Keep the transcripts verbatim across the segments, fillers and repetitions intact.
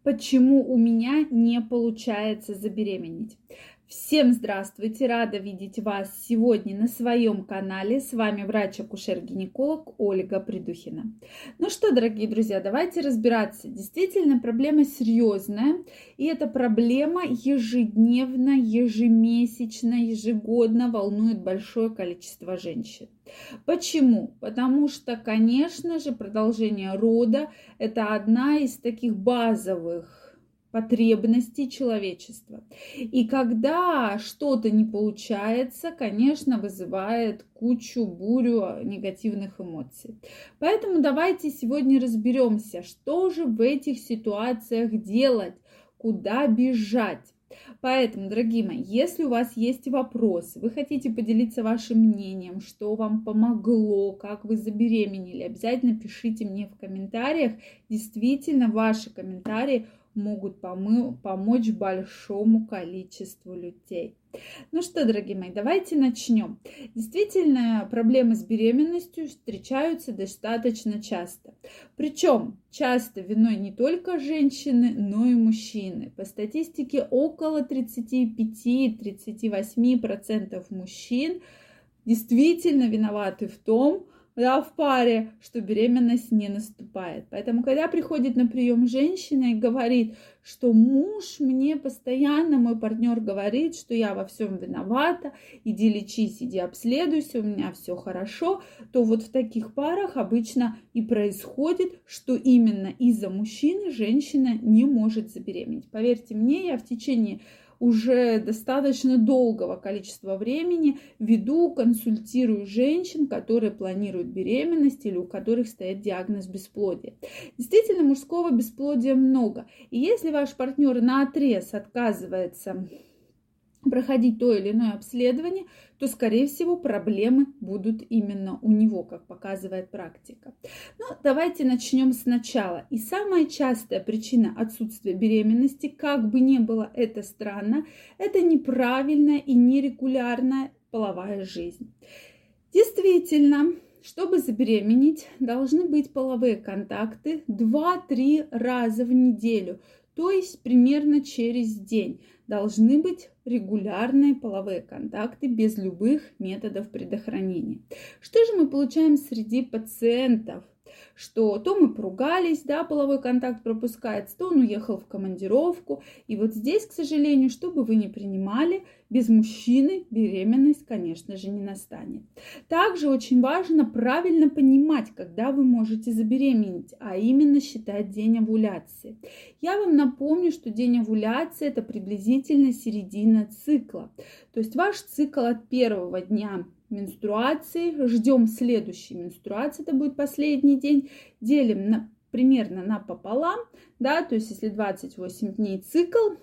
Почему у меня не получается забеременеть? Всем здравствуйте! Рада видеть вас сегодня на своем канале. С вами врач-акушер-гинеколог Ольга Придухина. Ну что, дорогие друзья, давайте разбираться. Действительно, проблема серьезная. И эта проблема ежедневно, ежемесячно, ежегодно волнует большое количество женщин. Почему? Потому что, конечно же, продолжение рода – это одна из таких базовых потребностей человечества. И когда что-то не получается, конечно, вызывает кучу, бурю негативных эмоций. Поэтому давайте сегодня разберемся, что же в этих ситуациях делать, куда бежать. Поэтому, дорогие мои, если у вас есть вопросы, вы хотите поделиться вашим мнением, что вам помогло, как вы забеременели, обязательно пишите мне в комментариях. Действительно, ваши комментарии могут помы- помочь большому количеству людей. Ну что, дорогие мои, давайте начнем. Действительно, проблемы с беременностью встречаются достаточно часто. Причем часто виной не только женщины, но и мужчины. По статистике около тридцать пять - тридцать восемь процентов мужчин действительно виноваты в том, да, в паре, что беременность не наступает. Поэтому, когда приходит на прием женщина и говорит, что муж мне постоянно, мой партнер говорит, что я во всем виновата, иди лечись, иди обследуйся, у меня все хорошо, то вот в таких парах обычно и происходит, что именно из-за мужчины женщина не может забеременеть. Поверьте мне, я в течение уже достаточно долгого количества времени веду, консультирую женщин, которые планируют беременность или у которых стоит диагноз бесплодия. Действительно, мужского бесплодия много. И если ваш партнер наотрез отказывается проходить то или иное обследование, то, скорее всего, проблемы будут именно у него, как показывает практика. Но давайте начнем сначала. И самая частая причина отсутствия беременности, как бы ни было это странно, это неправильная и нерегулярная половая жизнь. Действительно, чтобы забеременеть, должны быть половые контакты два-три раза в неделю, то есть примерно через день. Должны быть регулярные половые контакты без любых методов предохранения. Что же мы получаем среди пациентов? Что то мы поругались, да, половой контакт пропускается, то он уехал в командировку. И вот здесь, к сожалению, что бы вы ни принимали, без мужчины беременность, конечно же, не настанет. Также очень важно правильно понимать, когда вы можете забеременеть, а именно считать день овуляции. Я вам напомню, что день овуляции – это приблизительно середина цикла. То есть ваш цикл от первого дня менструации, ждем следующей менструации, это будет последний день, делим на, примерно напополам, да, то есть если двадцать восемь дней цикл,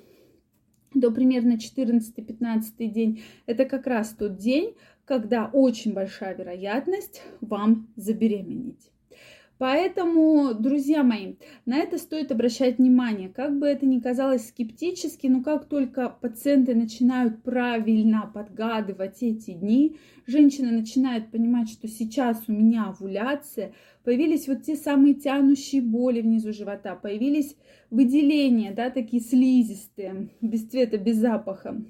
то примерно четырнадцатый-пятнадцатый день, это как раз тот день, когда очень большая вероятность вам забеременеть. Поэтому, друзья мои, на это стоит обращать внимание. Как бы это ни казалось скептически, но как только пациенты начинают правильно подгадывать эти дни, женщина начинает понимать, что сейчас у меня овуляция, появились вот те самые тянущие боли внизу живота, появились выделения, да, такие слизистые, без цвета, без запаха,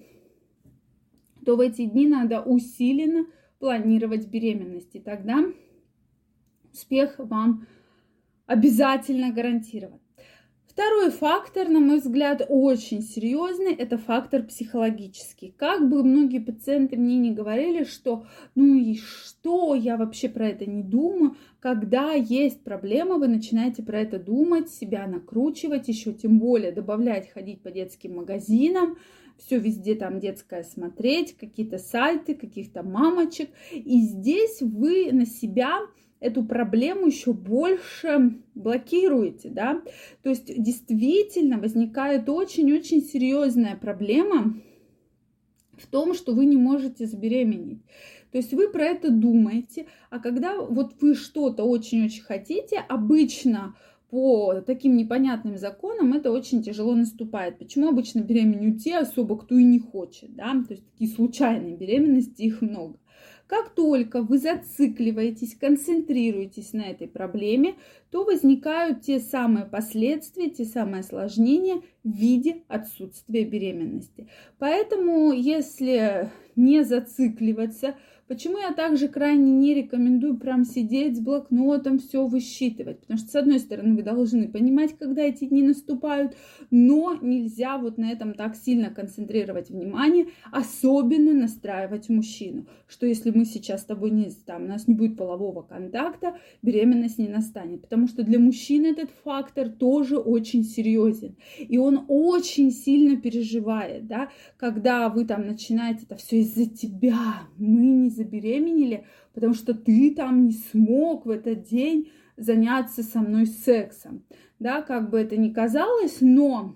то в эти дни надо усиленно планировать беременность. И тогда успех вам обязательно гарантирован. Второй фактор, на мой взгляд, очень серьезный, это фактор психологический. Как бы многие пациенты мне не говорили, что ну и что, я вообще про это не думаю. Когда есть проблема, вы начинаете про это думать, себя накручивать, еще тем более добавлять, ходить по детским магазинам, все везде там детское смотреть, какие-то сайты, каких-то мамочек. И здесь вы на себя эту проблему еще больше блокируете, да, то есть действительно возникает очень-очень серьезная проблема в том, что вы не можете забеременеть. То есть вы про это думаете, а когда вот вы что-то очень-очень хотите, обычно по таким непонятным законам это очень тяжело наступает. Почему обычно беременеют те особо, кто и не хочет, да, то есть такие случайные беременности, их много. Как только вы зацикливаетесь, концентрируетесь на этой проблеме, то возникают те самые последствия, те самые осложнения в виде отсутствия беременности. Поэтому, если не зацикливаться, почему я также крайне не рекомендую прям сидеть с блокнотом, все высчитывать? Потому что, с одной стороны, вы должны понимать, когда эти дни наступают, но нельзя вот на этом так сильно концентрировать внимание, особенно настраивать мужчину, что если мы сейчас с тобой не, там, у нас не будет полового контакта, беременность не настанет. Потому что для мужчины этот фактор тоже очень серьезен. И он очень сильно переживает, да, когда вы там начинаете, это все из-за тебя, мы не забеременели, потому что ты там не смог в этот день заняться со мной сексом. Да, как бы это ни казалось, но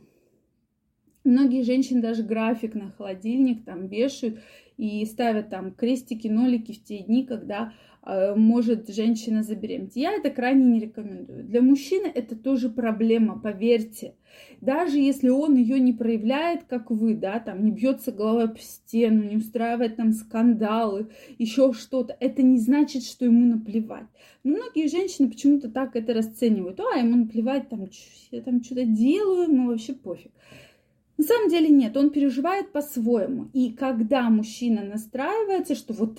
многие женщины даже график на холодильник там вешают и ставят там крестики, нолики в те дни, когда э, может женщина забеременеть. Я это крайне не рекомендую. Для мужчины это тоже проблема, поверьте. Даже если он ее не проявляет, как вы, да, там не бьется головой об стену, не устраивает там скандалы, еще что-то, это не значит, что ему наплевать. Но многие женщины почему-то так это расценивают. А, ему наплевать, там, я там что-то делаю, ему вообще пофиг. На самом деле нет, он переживает по-своему. И когда мужчина настраивается, что вот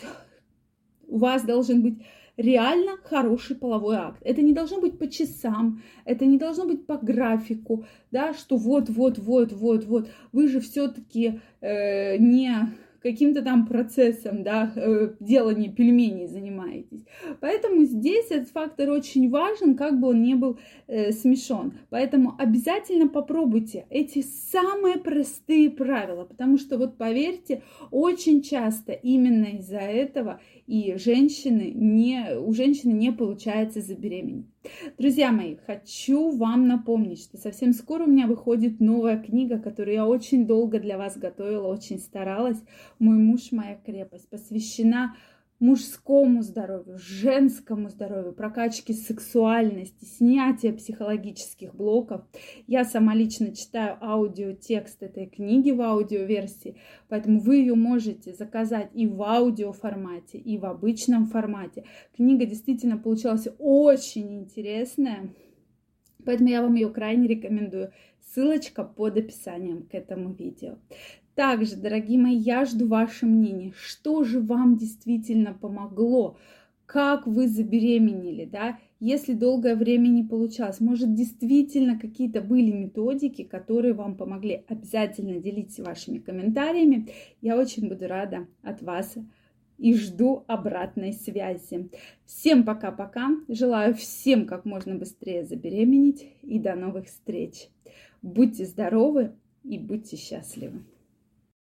у вас должен быть реально хороший половой акт. Это не должно быть по часам, это не должно быть по графику, да, что вот-вот-вот-вот-вот. Вы же все-таки э, не каким-то там процессом, да, э, делания пельменей занимаетесь. Поэтому здесь этот фактор очень важен, как бы он ни был э, смешон. Поэтому обязательно попробуйте эти самые простые правила, потому что вот поверьте, очень часто именно из-за этого и женщины не, у женщины не получается забеременеть. Друзья мои, хочу вам напомнить, что совсем скоро у меня выходит новая книга, которую я очень долго для вас готовила, очень старалась. «Мой муж, моя крепость», посвящена мужскому здоровью, женскому здоровью, прокачке сексуальности, снятия психологических блоков. Я сама лично читаю аудиотекст этой книги в аудиоверсии, поэтому вы ее можете заказать и в аудиоформате, и в обычном формате. Книга действительно получилась очень интересная, поэтому я вам ее крайне рекомендую. Ссылочка под описанием к этому видео. Также, дорогие мои, я жду ваше мнение. Что же вам действительно помогло? Как вы забеременели, да? Если долгое время не получалось, может, действительно какие-то были методики, которые вам помогли. Обязательно делитесь вашими комментариями. Я очень буду рада от вас и жду обратной связи. Всем пока-пока. Желаю всем как можно быстрее забеременеть. И до новых встреч. Будьте здоровы и будьте счастливы.